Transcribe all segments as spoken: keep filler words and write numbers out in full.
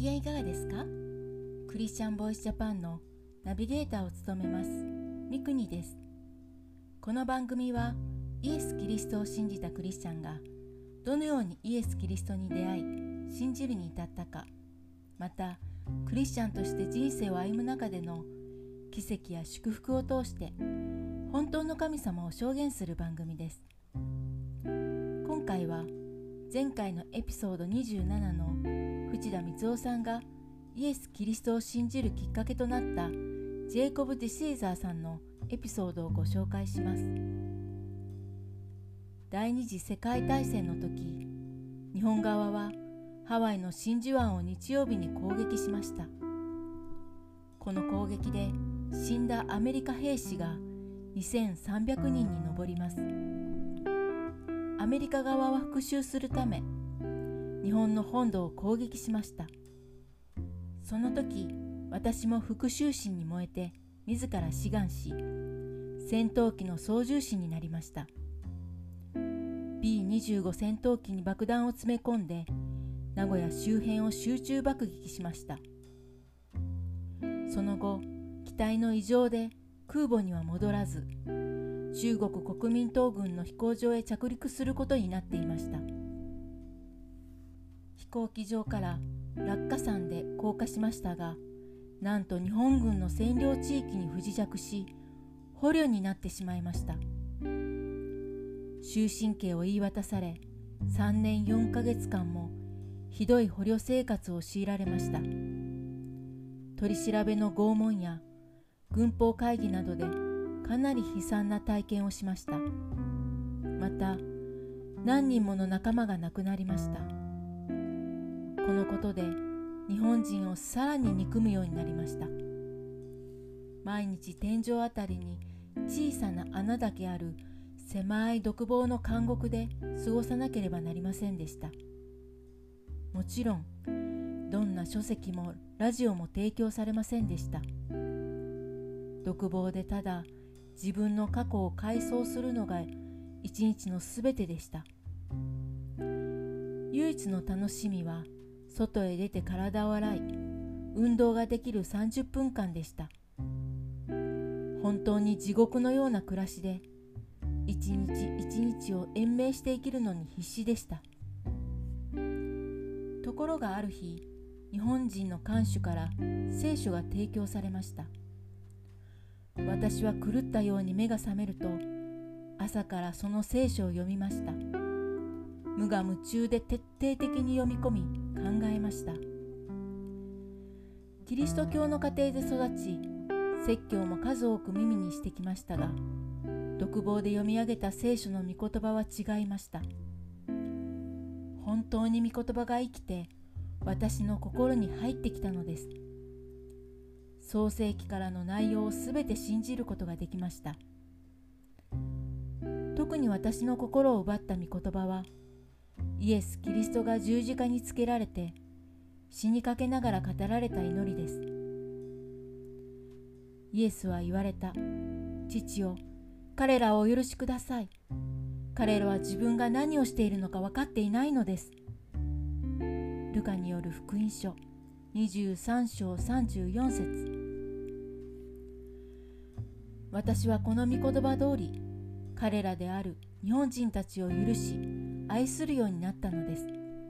機嫌いかがですか？クリスチャンボイスジャパンのナビゲーターを務めますミクニです。この番組はイエス・キリストを信じたクリスチャンがどのようにイエス・キリストに出会い信じるに至ったか、またクリスチャンとして人生を歩む中での奇跡や祝福を通して本当の神様を証言する番組です。今回は前回のエピソードにじゅうななの藤田光夫さんがイエス・キリストを信じるきっかけとなったジェイコブ・ディシーザーさんのエピソードをご紹介します。第二次世界大戦の時、日本側はハワイの真珠湾を日曜日に攻撃しました。この攻撃で死んだアメリカ兵士がにせんさんびゃくにんに上ります。アメリカ側は復讐するため日本の本土を攻撃しました。その時、私も復讐心に燃えて自ら志願し、戦闘機の操縦士になりました。ビーにじゅうご 戦闘機に爆弾を詰め込んで名古屋周辺を集中爆撃しました。その後、機体の異常で空母には戻らず、中国国民党軍の飛行場へ着陸することになっていました。飛行機場から落下傘で降下しましたが、なんと日本軍の占領地域に不時着し、捕虜になってしまいました。終身刑を言い渡され、さんねんよんかげつかんもひどい捕虜生活を強いられました。取り調べの拷問や軍法会議などでかなり悲惨な体験をしました。また、何人もの仲間が亡くなりました。このことで日本人をさらに憎むようになりました。毎日天井あたりに小さな穴だけある狭い独房の監獄で過ごさなければなりませんでした。もちろんどんな書籍もラジオも提供されませんでした。独房でただ自分の過去を回想するのが一日のすべてでした。唯一の楽しみは外へ出て体を洗い運動ができるさんじゅっぷんかんでした。本当に地獄のような暮らしで一日一日を延命して生きるのに必死でした。ところがある日、日本人の看守から聖書が提供されました。私は狂ったように目が覚めると、朝からその聖書を読みました。無我夢中で徹底的に読み込み考えました。キリスト教の家庭で育ち、説教も数多く耳にしてきましたが、独房で読み上げた聖書の御言葉は違いました。本当に御言葉が生きて私の心に入ってきたのです。創世記からの内容をすべて信じることができました。特に私の心を奪った御言葉は、イエス・キリストが十字架につけられて死にかけながら語られた祈りです。イエスは言われた。父よ、彼らをお許しください。彼らは自分が何をしているのか分かっていないのです。ルカによる福音書にじゅうさんしょうさんじゅうよんせつ。私はこの御言葉通り、彼らである日本人たちを許し愛するようになったのです。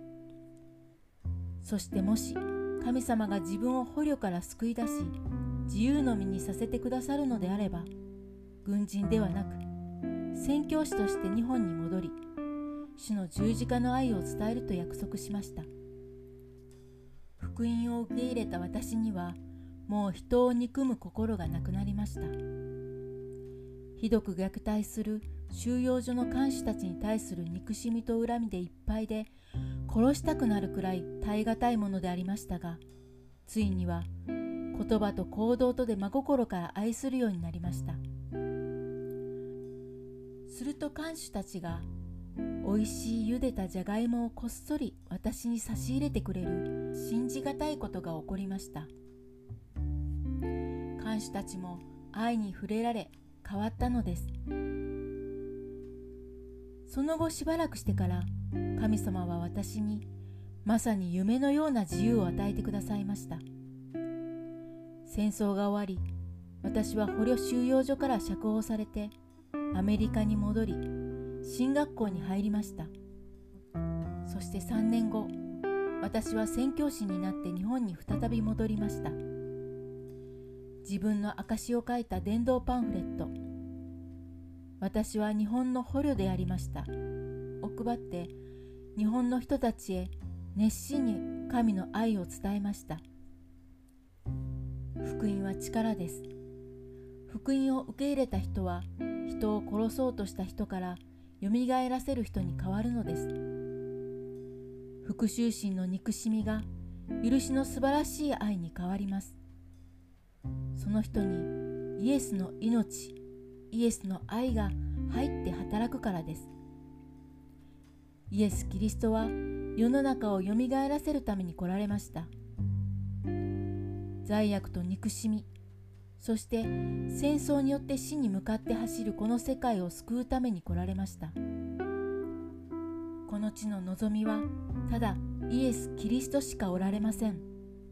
そしてもし神様が自分を捕虜から救い出し自由の身にさせてくださるのであれば、軍人ではなく宣教師として日本に戻り、主の十字架の愛を伝えると約束しました。福音を受け入れた私にはもう人を憎む心がなくなりました。ひどく虐待する収容所の看守たちに対する憎しみと恨みでいっぱいで、殺したくなるくらい耐え難いものでありましたが、ついには言葉と行動とで真心から愛するようになりました。すると看守たちがおいしい茹でたじゃがいもをこっそり私に差し入れてくれる信じがたいことが起こりました。看守たちも愛に触れられ変わったのです。その後しばらくしてから神様は私にまさに夢のような自由を与えてくださいました。戦争が終わり、私は捕虜収容所から釈放されてアメリカに戻り、進学校に入りました。そしてさんねんご、私は宣教師になって日本に再び戻りました。自分の証を書いた伝道パンフレット、私は日本の捕虜でありましたを配って、日本の人たちへ熱心に神の愛を伝えました。福音は力です。福音を受け入れた人は、人を殺そうとした人からよみがえらせる人に変わるのです。復讐心の憎しみが許しの素晴らしい愛に変わります。その人にイエスの命、イエスの愛が入って働くからです。イエス・キリストは世の中をよみがえらせるために来られました。罪悪と憎しみ、そして戦争によって死に向かって走るこの世界を救うために来られました。この地の望みはただイエス・キリストしかおられません。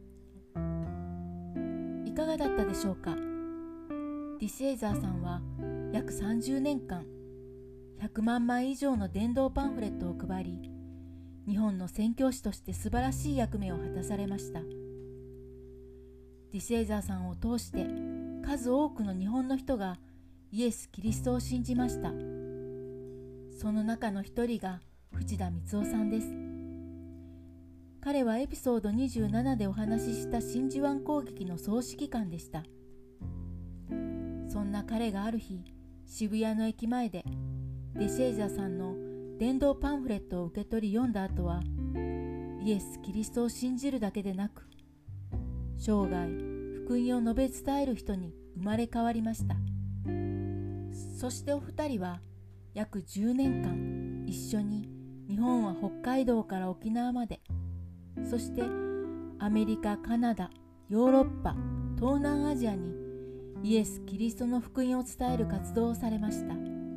いかがだったでしょうか。ディシェーザーさんは約さんじゅうねんかん、ひゃくまんまい以上の伝道パンフレットを配り、日本の宣教師として素晴らしい役目を果たされました。ディシェーザーさんを通して数多くの日本の人がイエス・キリストを信じました。その中の一人が藤田光雄さんです。彼はエピソードにじゅうななでお話しした真珠湾攻撃の総指揮官でした。そんな彼がある日、渋谷の駅前でデシェーザーさんの伝道パンフレットを受け取り読んだ後は、イエス・キリストを信じるだけでなく、生涯福音を述べ伝える人に生まれ変わりました。そしてお二人は約じゅうねんかん一緒に日本は北海道から沖縄まで、そしてアメリカ、カナダ、ヨーロッパ、東南アジアにイエス・キリストの福音を伝える活動をされました。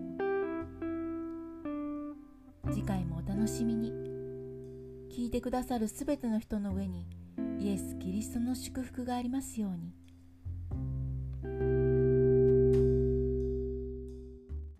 次回もお楽しみに。聞いてくださるすべての人の上にイエス・キリストの祝福がありますように。